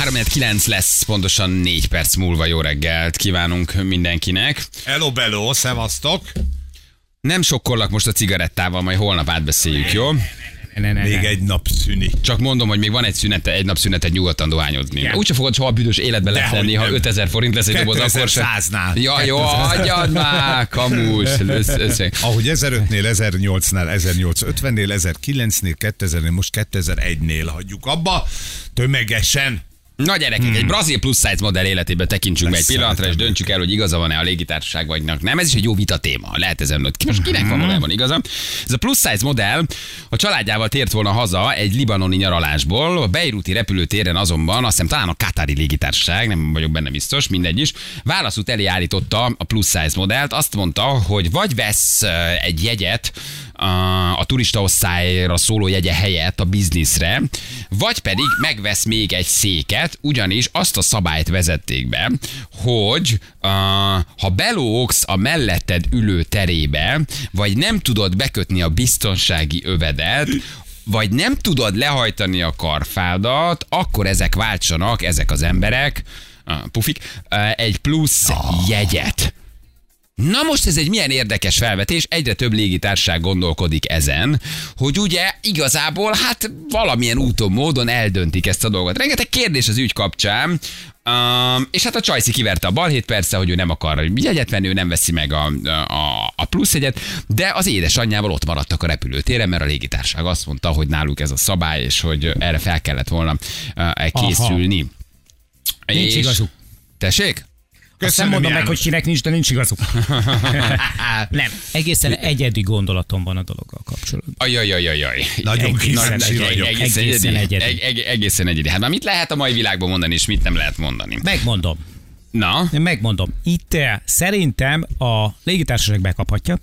3-9 lesz, pontosan 4 perc múlva. Jó reggelt kívánunk mindenkinek. Hello, bello, szevasztok. Nem sokkollak most a cigarettával, majd holnap átbeszéljük, jó? Még egy nap szüni. Csak mondom, hogy még van egy nap szünetet nyugodtan dohányozni. Yeah. Úgyse fogod soha büdös életben letenni, ha 5000 forint lesz egy doboz, akkor sem. 2100-nál. Ja, jó, adjad már, kamus. Ahogy 1005-nél, 1008-nál, 1850-nél, 1009-nél, 2000-nél, most 2001-nél hagyjuk abba. Tömegesen. Na gyerekek, egy brazil plusz size modell életében tekintsünk meg egy pillanatra, és döntsük el, hogy igaza van-e a légitársaság vagynak. Nem, ez is egy jó vita téma. Lehet ezen, hogy most kinek van valójában igaza. Ez a plusz size modell a családjával tért volna haza egy libanoni nyaralásból. A beiruti repülőtéren azonban, azt hiszem talán a Katari légitársaság, nem vagyok benne biztos, mindegy is, válaszút elé állította a plusz size modellt. Azt mondta, hogy vagy vesz egy jegyet a turista osztályra szóló jegye helyett a bizniszre, vagy pedig megvesz még egy széket, ugyanis azt a szabályt vezették be, hogy ha belógsz a melletted ülő terébe, vagy nem tudod bekötni a biztonsági övedet, vagy nem tudod lehajtani a karfádat, akkor ezek váltsanak, ezek az emberek, pufik, egy plusz jegyet. Na most ez egy milyen érdekes felvetés, egyre több légitársaság gondolkodik ezen, hogy ugye igazából hát valamilyen úton, módon eldöntik ezt a dolgot. Rengeteg kérdés az ügy kapcsán, és hát a Csajci kiverte a balhét persze, hogy ő nem akar jegyet venni, ő nem veszi meg a plusz jegyet, de az édesanyjával ott maradtak a repülőtéren, mert a légitársaság azt mondta, hogy náluk ez a szabály, és hogy erre fel kellett volna készülni. Nincs igazuk. Tessék? Azt nem mondom meg, hogy kinek nincs, de nincs igazuk. Nem. Egészen egyedi gondolatom van a dologgal kapcsolatban. Ajajajajaj. Nagyon kíváncsi vagyok. Egészen egyedi. Hát már mit lehet a mai világban mondani, és mit nem lehet mondani? Megmondom. Na? Megmondom. Itt szerintem a légitársaság bekaphatja.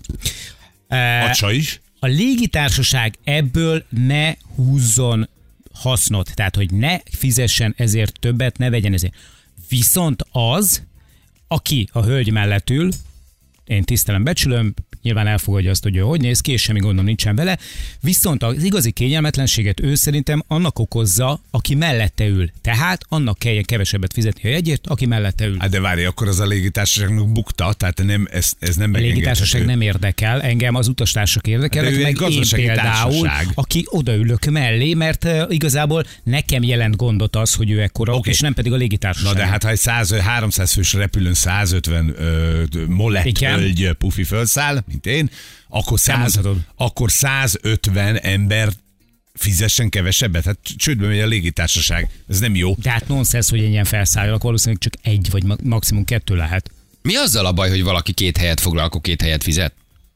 A csaj is? A légitársaság ebből ne húzzon hasznot. Tehát, hogy ne fizessen ezért többet, ne vegyen ezért. Viszont az, aki a hölgy mellett ül, én tisztelem, becsülöm, nyilván elfogadja azt, hogy ő hogy néz ki, és semmi gondom nincsen vele, viszont az igazi kényelmetlenséget ő szerintem annak okozza, aki mellette ül. Tehát annak kelljen kevesebbet fizetni a jegyért, aki mellette ül. Hát de várj, akkor az a légitársaságnak bukta, tehát nem, ez nem megengedhető. A légitársaság nem érdekel, engem az utastársak érdekelnek, meg én például, aki odaülök mellé, mert igazából nekem jelent gondot az, hogy ő ekkora, és nem pedig a légitársaság. Na de hát ha egy 300 fős repülőn 150 molett hölgy pufi fölszáll, mint én, akkor 150 ember fizessen kevesebbet. Hát csődbe megy a légitársaság. Ez nem jó. De hát nonsens, hogy ilyen felszálljanak, valószínűleg csak egy vagy maximum 2 lehet. Mi azzal a baj, hogy valaki 2 helyet foglal, akkor 2 helyet fizet?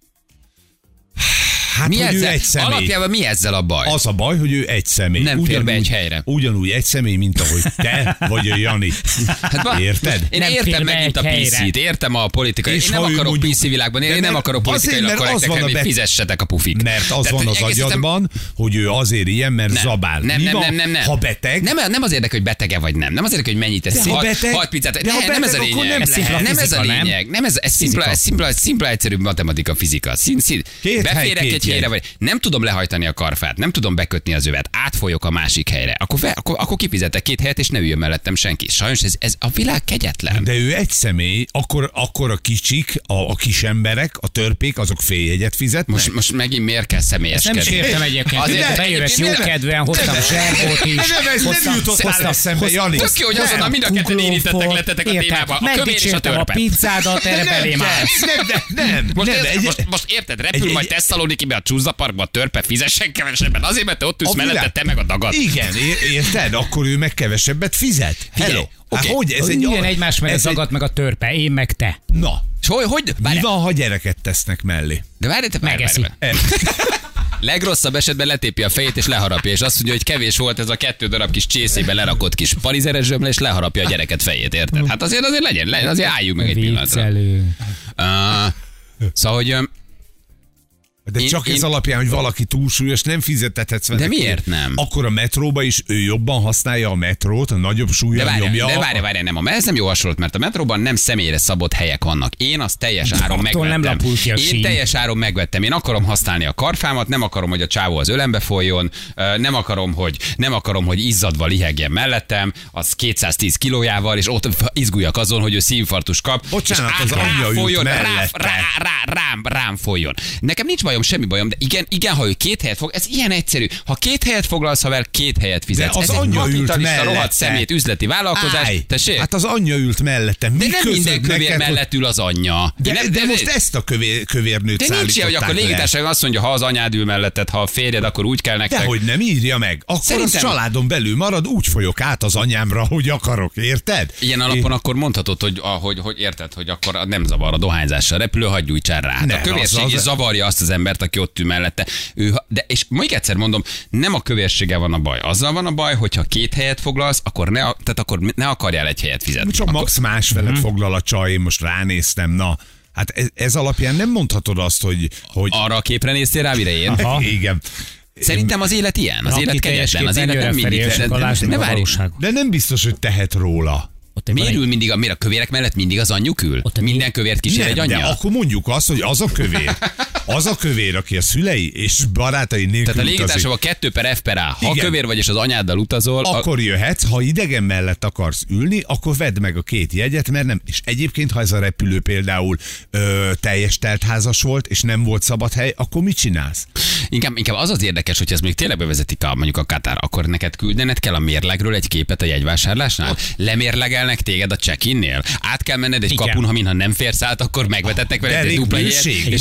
Hát, mi hogy ezzel? ő egy személy. Alapjában mi ezzel a baj? Az a baj, hogy ő egy személy. Nem fér be egy helyre. Ugyanúgy egy személy, mint ahogy te vagy a Jani. Hát, érted? Én értem megint a PC-t, értem a politikai. Én nem akarok PC világban, én nem akarok politikailag korrektek, hogy fizessetek a pufik. Mert az van az agyadban, hogy ő azért ilyen, mert zabál. Nem. Ha beteg? Nem az érdekel, hogy betege vagy nem. Nem az érdekel, hogy mennyit tesz. 6 pizzát. Nem ez a lényeg. Nem ez a lényeg. Ez szimpla egyszerű matematika, fizika. Beférek egy helyre, vagy nem tudom lehajtani a karfát, nem tudom bekötni az övet, átfolyok a másik helyre, akkor kifizetek 2 helyet, és ne üljön mellettem senki. Sajnos ez a világ kegyetlen. De ő egy személy, akkor a kicsik, a kis emberek, a törpék, azok féljegyet fizetnek? Most megint miért kell személyeskedni? Nem is értem egyébként. Azért bejövök jókedvűen, hoztam zserbót is. Nem jutott már eszembe, Jani. Tök jó, hogy azonnal mind a ketten érintettek lettetek a témába. A kövér és a törpe. A pizzádat, erre belém állsz. Nem. Most érted, repül majd Tesszalonikibe a Csúszaparkba a törpe, fizessen kevesebbet. Azért, mert te ott ülsz mellette, te meg a dagad. Igen, érted? Akkor ő meg kevesebbet fizet. Hello. Okay. Hogy ez egy ilyen egymás meg a dagad, meg a törpe, én meg te. Na. És hogy? Mi van, ha gyereket tesznek mellé? De várj, te megeszi. Legrosszabb esetben letépi a fejét és leharapja, és azt mondja, hogy kevés volt ez a 2 darab kis csészébe lerakott kis parizeres zsömle, és leharapja a gyereket fejét, érted? Hát azért legyen, azért álljunk meg egy pillanatra. Viccelő. Szóval, hogy De csak ez alapján, hogy valaki túlsúlyos, nem fizetethetsz vele. De miért nem? Akkor a metróba is ő jobban használja a metrót, a nagyobb súlya nyomja. De várj, nem. Ez nem jó hasonlat, mert a metróban nem személyre szabott helyek vannak. Én azt teljes áron megvettem. Én teljes áron megvettem. Én akarom használni a karfámat, nem akarom, hogy a csávó az ölembe folyjon, nem akarom, hogy izzadva lihegjen mellettem, az 210 kilójával, és ott izguljak azon, hogy ő színfarktus kap. Bocsánat, az anyja ült mellette. Rám folyjon. Nekem nincs bajom, semmi bajom, de igen, ha ő 2 helyet fog, ez ilyen egyszerű. Ha 2 helyet foglalsz, ha 2 helyet fizetsz. De az ez anyja egy ült mellette. rohadt szemét üzleti vállalkozás. Hát az anyja ült mellette. De nem minden kövér mellett ül az anyja. De most ezt a kövérnőt de nincs ilyen, hogy akkor légitársaság azt mondja, ha az anyád ül melletted, ha a férjed, akkor úgy kell nektek. Dehogy nem írja meg. Akkor szerintem... az családon belül marad, úgy folyok át az anyámra, hogy akarok, érted? Ilyen alapon akkor mondhatod, hogy érted, hogy akkor nem zavar a dohányzással repülő, hagyj gyújtsál rá. A kövérség is zavarja azt az embert, aki ott ül mellette. És még egyszer mondom, nem a kövérsége van a baj. Azzal van a baj, hogyha 2 helyet foglalsz, akkor ne akarjál 1 helyet fizetni. Csak akkor... max másfelet foglal a csaj, én most ránéztem, na. Hát ez alapján nem mondhatod azt, hogy... Arra a képre néztél rá, mire én? Igen. Szerintem az élet ilyen, az élet kegyetlen, az élet nem mindig. De nem biztos, hogy tehet róla. Miért ül mindig, miért a kövérek mellett mindig az anyjuk ül? Minden kövért kísér egy anyja? De akkor mondjuk azt, hogy az a kövér, aki a szülei és barátai nélkül tehát a légitársaságban 2 per F per A. Ha igen. Kövér vagy és az anyáddal utazol... Akkor jöhetsz, ha idegen mellett akarsz ülni, akkor vedd meg a 2 jegyet, mert nem. És egyébként, ha ez a repülő például teljes teltházas volt, és nem volt szabad hely, akkor mit csinálsz? Inkább az érdekes, hogy ez még tényleg bevezetik mondjuk a Katar, akkor neked küldened kell a mérlegről egy képet a jegyvásárlásnál? Lemérlegelnek téged a check-innél? Át kell menned egy kapun, ha mintha nem férsz át, akkor megvetetnek veled egy dupla jegyet. És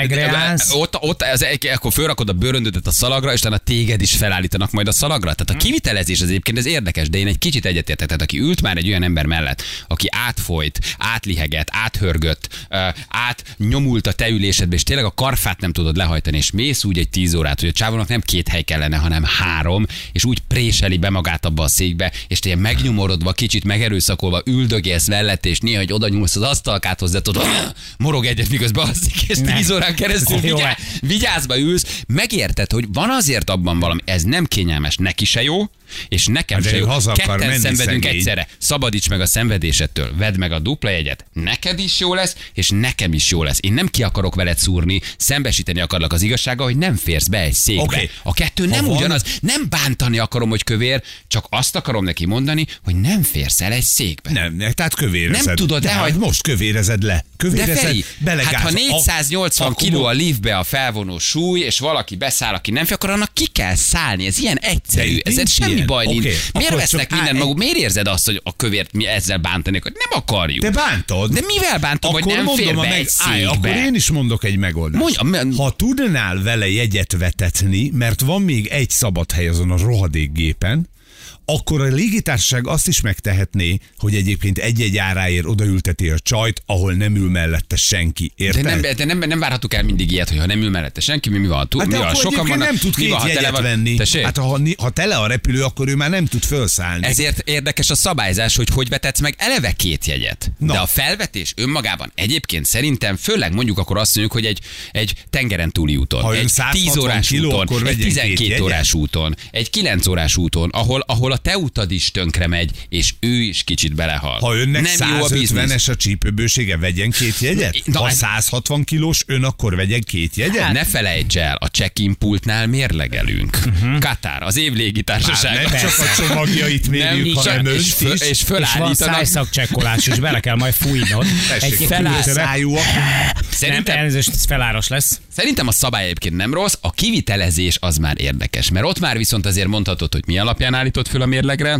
ott akkor fölrakod a bőröndödet a szalagra, és utána téged is felállítanak majd a szalagra. Tehát a kivitelezés az egyébként ez érdekes, de én egy kicsit egyetértek. Tehát aki ült már egy olyan ember mellett, aki átfolyt, átlihegett, áthörgött, átnyomult a te ülésedbe, és tényleg a karfát nem tudod lehajtani, és mész úgy egy 10 órát, hogy a csávónak nem 2 hely kellene, hanem 3, és úgy préseli be magát abba a székbe, és te ilyen megnyomorodva, kicsit megerőszakolva üldögélsz mellett, és néha, hogy oda nyúlsz az asztalkához, de tudod, morog egyet, miközben alszik, és 10 órán keresztül vigyázba ülsz, megérted, hogy van azért abban valami, ez nem kényelmes, neki se jó, és nekem se jó. Ketten szenvedünk egyszerre. Szabadíts meg a szenvedésedtől, vedd meg a dupla jegyet. Neked is jó lesz, és nekem is jó lesz. Én nem ki akarok veled szúrni, szembesíteni akarlak az igazsággal, hogy nem férsz be egy székbe. Okay. A kettő nem ugyanaz. Nem bántani akarom, hogy kövér, csak azt akarom neki mondani, hogy nem férsz el egy székbe. Nem, tehát kövérezed. Nem tudod, de hogy most kövérezed le. De Feri, hát ha 480 kiló a liftbe a felvonó súly, és valaki beszáll, aki nem fél, akkor annak ki kell szállni. Ez ilyen egyszerű. Ez semmi baj nincs. Miért vesznek minden maguk? Miért érzed azt, hogy a kövért mi ezzel bántani? Nem akarjuk. Te bántod. De mivel bántom, hogy nem fér be egy székbe? Akkor én is mondok egy megoldást. Ha tudnál vele jegyet vetetni, mert van még egy szabad hely azon a rohadék gépen, akkor a légitársaság azt is megtehetné, hogy egyébként egy-egy áráért odaülteti a csajt, ahol nem ül mellette senki. Érted? De nem várhatuk el mindig ilyet, hogy ha nem ül mellette senki, mi van? Hát de akkor sokan vannak, nem tud 2 jegyet venni. Hát ha tele a repülő, akkor ő már nem tud felszállni. Ezért érdekes a szabályzás, hogy vetetsz meg eleve 2 jegyet. De a felvetés önmagában egyébként szerintem, főleg mondjuk akkor azt mondjuk, hogy egy tengeren túli úton, egy 10 órás úton, egy 12 órás úton, egy 9 órás úton, ahol a te utad is tönkre megy, és ő is kicsit belehal. Ha önnek 150-es a csípőbősége, vegyen 2 jegyet? Ha 160 kilós ön, akkor vegyen 2 jegyet? Ne felejts el, a check-in pultnál mérlegelünk. Katar, az év légitársasága. Nem csak a csomagjait mérjük, hanem önt is. És fölállítanak. És van szájszakcsekkolás, és bele kell majd fújnod. Egy felállszájúak. Szerintem elnézést, ez feláras lesz. Szerintem a szabály egyébként nem rossz, a kivitelezés az már érdekes, mert ott már viszont azért mondhatod, hogy mi alapján állított föl a mérlegre,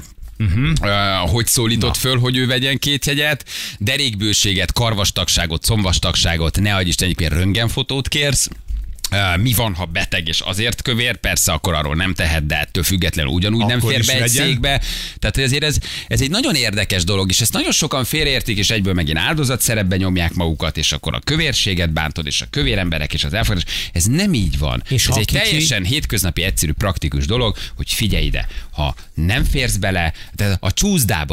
hogy szólított föl, hogy ő vegyen 2 jegyet, derékbőséget, karvastagságot, combvastagságot, ne adj Isten, egyébként röntgenfotót kérsz. Mi van, ha beteg és azért kövér? Persze, akkor arról nem tehet, de ettől függetlenül ugyanúgy akkor nem fér be egy székbe. Tehát azért ez egy nagyon érdekes dolog, és ezt nagyon sokan félreértik, és egyből megint áldozatszerepbe nyomják magukat, és akkor a kövérséget bántod, és a kövér emberek, és az elfogadás. Ez nem így van. És ez egy teljesen hétköznapi, egyszerű, praktikus dolog, hogy figyelj ide, ha nem férsz bele, de a csúszdába is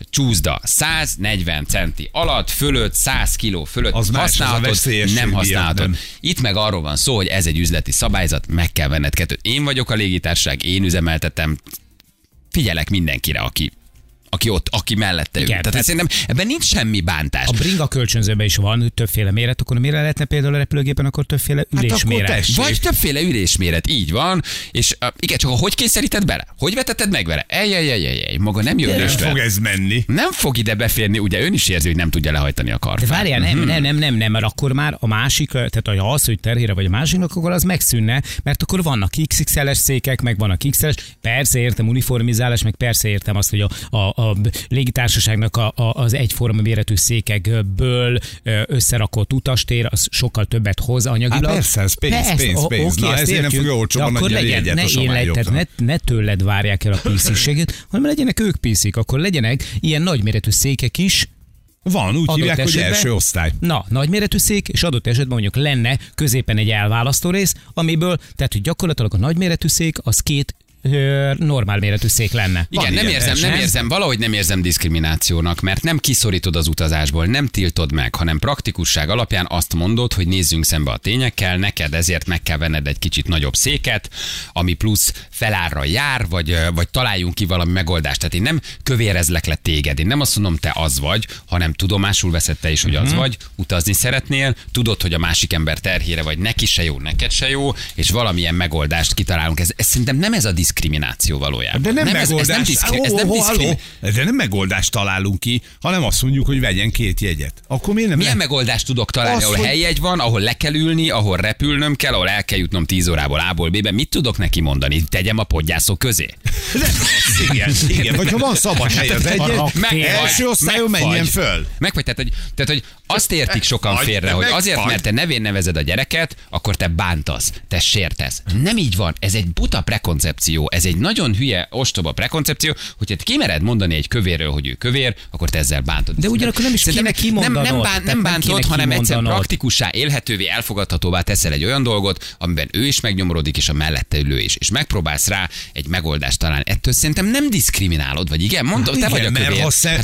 csúszda 140 centi alatt, fölött 100 kiló fölött az használhatod, nem használhatod. Nem. Itt meg arról van szó, hogy ez egy üzleti szabályzat, meg kell venned kettőt. Én vagyok a légitársaság, én üzemeltetem, figyelek mindenkire, aki mellette ül. Tehát szerintem ebben nincs semmi bántás. A bringa kölcsönzőben is van többféle méret, akkor mire lehetne például a repülőgépen, akkor többféle ülésméret. Vagy többféle ülésméret, így van. És igen, csak hogy kényszeríted bele? Hogy vetetted meg vele? Maga nem jön. Nem fog ez menni. Nem fog ide beférni, ugye ön is érzi, hogy nem tudja lehajtani a karfát. De várjál, nem, mert akkor már a másik, tehát az, hogy terhére vagy a másiknak, akkor az megszűnne, mert akkor vannak XXL-es székek, meg vannak XL-es, persze értem uniformizálás, meg persze értem azt, hogy a légitársaságnak az egyforma méretű székekből összerakott utastér, az sokkal többet hoz anyagilag. Persze, ez pénz. Na, ezért nem fogja olcsóban adni a jegyet a sományoknak. Ne tőled várják el a PC-séget, hanem legyenek ők PC-k, akkor legyenek ilyen nagyméretű székek is. Van, úgy hívják, esetben, hogy első osztály. Na, nagyméretű szék, és adott esetben mondjuk lenne középen egy elválasztó rész, amiből, tehát hogy gyakorlatilag a nagyméretű szék az két normál méretű szék lenne. Igen, valahogy nem érzem diszkriminációnak, mert nem kiszorítod az utazásból, nem tiltod meg, hanem praktikusság alapján azt mondod, hogy nézzünk szembe a tényekkel, neked ezért meg kell venned egy kicsit nagyobb széket, ami plusz felárra jár, vagy találjunk ki valami megoldást. Tehát én nem kövérezlek le téged, én nem azt mondom, te az vagy, hanem tudomásul veszed te is, hogy az vagy, utazni szeretnél, tudod, hogy a másik ember terhére vagy, neki se jó, neked se jó, és valamilyen megoldást kitalálunk. Ez szerintem nem ez a diszkrimináció valójában. De nem megoldást találunk ki, hanem azt mondjuk, hogy vegyen két jegyet. Akkor milyen megoldást tudok találni, ahol helyjegy van, ahol le kell ülni, ahol repülnöm kell, ahol el kell jutnom 10 órából A-ból B-be. Mit tudok neki mondani? Tegyem a podgyászok közé? Igen. Vagy ha van szabad hely az első osztályon menjen föl. Tehát, hogy azt értik sokan félre, hogy azért, mert te nevén nevezed a gyereket, akkor te bántasz, te sértesz. Nem így van. Ez egy buta prekoncepció. Ez egy nagyon hülye, ostoba prekoncepció, hogyha te kimered mondani egy kövérről, hogy ő kövér, akkor te ezzel bántod. De ugyanakkor nem is kéne kimondanod. Nem bántod, hanem egyszerűen praktikussá, élhetővé, elfogadhatóvá teszel egy olyan dolgot, amiben ő is megnyomorodik, és a mellette ülő is. És megpróbálsz rá egy megoldást találni. Ettől szerintem nem diszkriminálod, vagy igen? Te vagy a kövér. Hát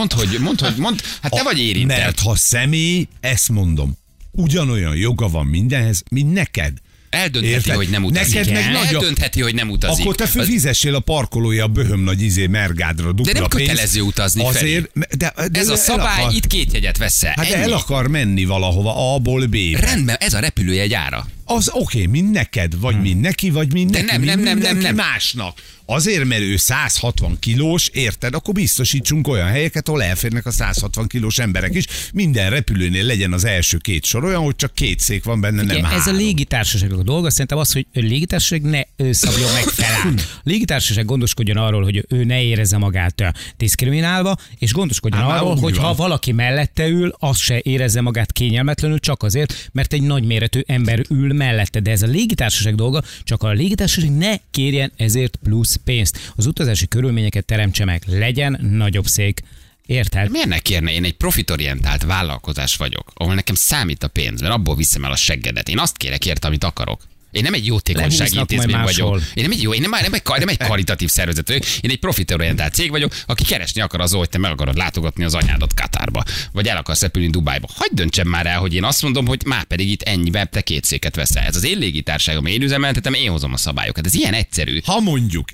mondd, hát te vagy érintett. Mert ha személy, ezt mondom, ugyanolyan joga van mindenhez, mint neked. Eldöntheti, hogy nem utazik. Eldöntheti, hogy nem utazik. Akkor te fizessél a parkolója a böhöm nagy mergádra dupla pénzt. De nem kötelező utazni azért, de ez a szabály, itt két jegyet veszel. Hát el akar menni valahova A-ból B-be. Rendben, ez a repülőjegy ára. Az oké, mind neked, vagy mind neki, vagy mind neki, nem. Másnak. Azért, mert ő 160 kilós, érted? Akkor biztosítsunk olyan helyeket, ahol elférnek a 160 kilós emberek is. Minden repülőnél legyen az első két sor olyan, hogy csak két szék van benne, nem három. Ez a légitársaságok a dolga, szerintem az, hogy a légitársaság ne szabjon meg felállt. A légitársaság gondoskodjon arról, hogy ő ne érezze magát diszkriminálva, és gondoskodjon arról, hogy ha valaki mellette ül, az se érezze magát kényelmetlenül, csak azért, mert egy nagyméretű ember ül mellette. De ez a légitársaság dolga, csak a légitársaság ne kérjen ezért plusz pénzt. Az utazási körülményeket teremtse meg, legyen nagyobb szék. Érted? Miért ne kérne? Én egy profitorientált vállalkozás vagyok, ahol nekem számít a pénz, mert abból viszem el a seggedet. Én azt kérek érte, amit akarok. Én nem egy jótékonysági intézmény vagyok. Én nem egy karitatív szervezet vagyok. Én egy profitorientált cég vagyok, aki keresni akar az, hogy te meg akarod látogatni az anyádat Katárba, vagy el akarsz repülni Dubájba. Hagyd döntsem már el, hogy én azt mondom, hogy már pedig itt ennyibe te két széket veszel. Ez az én légitárságom, én üzemeltetem, én hozom a szabályokat. Ez ilyen egyszerű. Ha mondjuk.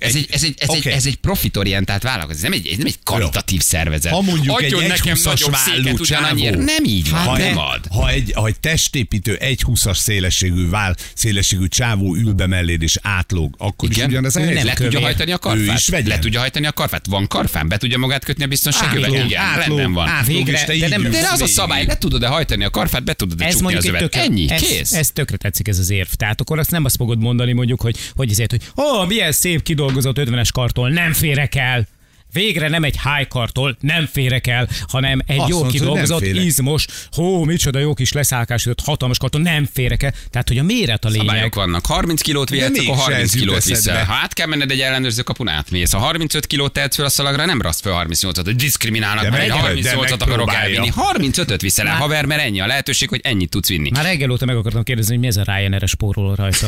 Ez egy profitorientált vállalkozás. Ez nem egy karitatív szervezet. Ha mondjuk adjon egy nekem nagyobb széket ugyanannyiért. Nem így van, nem ad. Ha egy testépítő 1,20-as szélességű csávó ül be melléd és átlóg, akkor igen, is ugyanaz a helyzet. Le tudja hajtani a karfát? Le tudja hajtani a karfát? Van karfán? Be tudja magát kötni a biztonságüveg? Igen, rendben van. Végre, de az a szabály, le tudod-e hajtani a karfát, be tudod-e csukni az övet. Ennyi, kész. Ez tökre tetszik ez az érv. Tehát akkor azt nem azt fogod mondani mondjuk, hogy milyen szép kidolgozott 50-es kartól, nem férek el. Végre nem egy high-kartól, nem férek el, hanem egy jó kidolgozott, izmos, micsoda jó kis leszállkásodott, hatalmas karton, nem férek el. Tehát, hogy a méret a lényeg. Szabályok vannak. 30 kilót vihetsz, akkor 30 kilót viszel. Ha át kell menned egy ellenőrző kapun, átmész. Ha 35 kilót tehetsz fel a szalagra, nem rasz fel 38-at, hogy diszkriminálnak, mert 38-at akarok elvinni. 35-öt viszel el, haver, mert ennyi a lehetőség, hogy ennyit tudsz vinni. Már reggel óta meg akartam kérdezni, hogy mi ez a Ryanair-es spóroló rajta.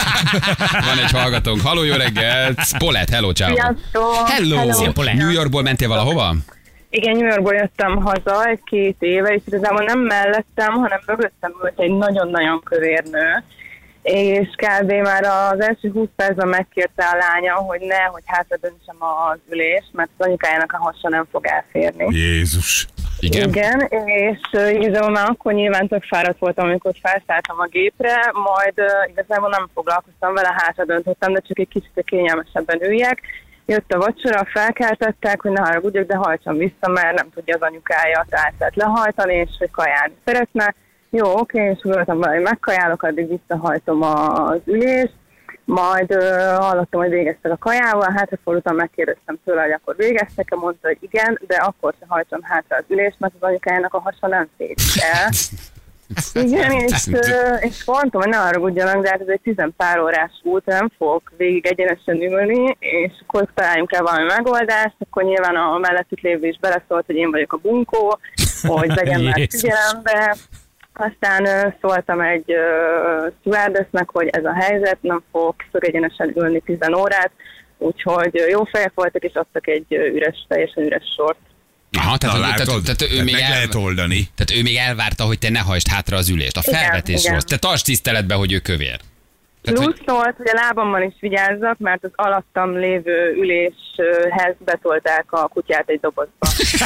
Van egy hallgatónk. Halló, jó reggelt. Spolett, hello, ciao. Hello. New Yorkból mentél valahova? Igen, New Yorkból jöttem haza egy 2 éve, és igazából nem mellettem, hanem mögöttem ült egy nagyon-nagyon kövér nő, és kb. Már az első 20 percben megkérte a lánya, hogy hátra döntsem az ülést, mert az anyukájának a hasa nem fog elférni. Jézus! Igen? Igen, és igazából már akkor nyilván tök fáradt voltam, amikor felszálltam a gépre, majd igazából nem foglalkoztam vele, hátra döntöttem, de csak egy kicsit kényelmesebben üljek. Jött a vacsora, felkeltettek, hogy ne haragudjak, de hajtsam vissza, mert nem tudja az anyukája a tálcát lehajtani, és hogy kajálni szeretne. Jó, oké, és voltam vele, hogy megkajálok, addig visszahajtom az ülést, majd hallottam, hogy végeztek a kajával, hátrafordultam, megkérdeztem tőle, hogy akkor végeztek-e, mondta, hogy igen, de akkor se hajtsam hátra az ülést, mert az anyukájának a hasa nem férik el. Igen, és mondtam, hogy ne haragudjanak, de hát ez egy 10 pár órás út, nem fogok végig egyenesen ülni, és akkor találjunk el valami megoldást, akkor nyilván a mellettük lévő is beleszólt, hogy én vagyok a bunkó, hogy legyen már figyelembe. Aztán szóltam egy stewardessnek, hogy ez a helyzet, nem fogok szögegyenesen ülni 10 órát, úgyhogy jó fejek voltak, és adtak egy teljesen üres sort. Aha, tehát ő még lehet oldani. Tehát ő még elvárta, hogy te ne hajtsd hátra az ülést. A felvetés rossz. Te tartsd tiszteletbe, hogy ő kövér. Plusz szólt, hogy a lábammal is vigyázzak, mert az alattam lévő üléshez betolták a kutyát egy dobozba.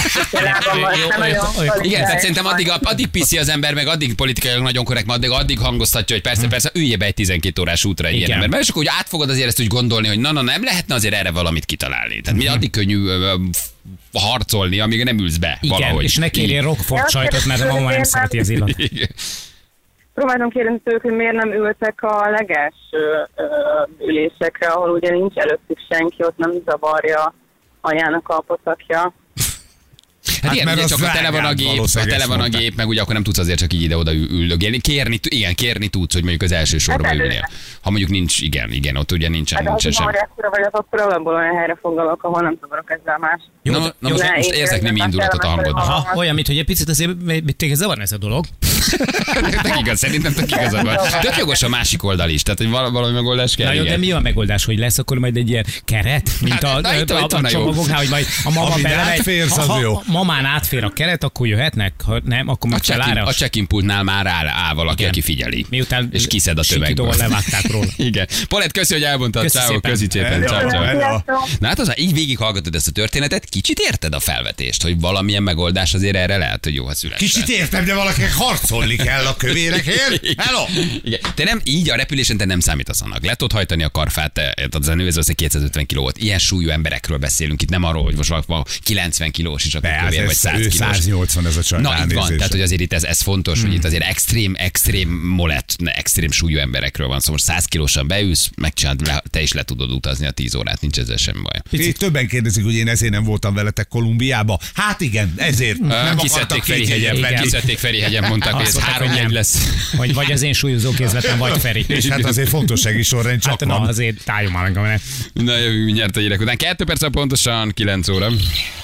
Igen, tehát szerintem addig piszi az ember, meg addig politikailag nagyon korrekt, addig hangoztatja, hogy persze, ülje be egy 12 órás útra egy ilyen ember. Mert és akkor úgy átfogod azért ezt úgy gondolni, hogy na, nem lehetne azért erre valamit kitalálni. Tehát mi addig könnyű harcolni, amíg nem ülsz be valahogy. Igen, és ne kérjél Roquefort sajtot, mert a mama nem szereti az illat. Próbáltam kérni tőlük, hogy miért nem ültek a legelső ülésekre, ahol ugye nincs előttük senki, ott nem zavarja anyának a pocakja. Hát igen, ugye csak ha tele van a gép, meg ugye akkor nem tudsz azért csak így ide-oda üldögélni. Kérni tudsz, hogy mondjuk az első sorba ülnél. Ha mondjuk nincs, igen, ott ugye nincsen sem. Hát ha vagy akkor abból olyan helyre foglalok, ahol nem zavarok ezzel más. Jó, most érzek némi indulatot a hangodban. Aha, olyan, mint hogy egy picit azért téged zavarna ez a dolog. Szerintem tök igazad van. Tök jogos a másik oldal is, tehát hogy valami megoldás kell. Na jó, de mi a megoldás, hogy lesz akkor majd egy ilyen keret, mint a csomagoknál, hogy majd a mama belemegy. Mamán átfér a keret, akkor jöhetnek, ha nem, akkor meg felára. A check-in pultnál már áll valaki, aki figyeli. Miután és kiszed a tömegből. Levágták róla. Igen. Polett, köszi, hogy elmondtad. Ciao, köszi szépen. Na hát az, így végighallgatod ezt a történetet, kicsit érted a felvetést, hogy valamilyen megoldás azért erre lehet, hogy jó, ha született. Kicsit értem, de valakinek harcolni kell a kövérekért. Hello! Igen. Te nem, így a repülésen te nem számítasz annak. Le tudod hajtani a karfát, az a nő, ez 250 kiló volt. Ilyen súlyú emberekről beszélünk itt, nem arról, hogy most valaki 90 kilós is a kövér, vagy 100 kilós. 180 ez a csaj. Na, itt van, tehát hogy azért itt ez fontos, hogy itt azért extrém molett, extrém súlyú emberekről van. Szóval most 100 kilósan beülsz, megcsinálod, te is le tudod utazni a 10 órát, nincs ezzel semmi baj. Itt többen kérdezik, hogy én ezért nem voltam veletek Kolumbiába. Hát igen, ezért. Nem Kiszedték Ferihegyen, mondták, hogy ez 3 lesz. Vagy az én súlyozó kézletem, vagy Feri. És hát azért fontossági sorrend csak van. Na azért tájom már meg a menet. Na jövő mindjárt a gyerek után. 2 perc pontosan 9 óra.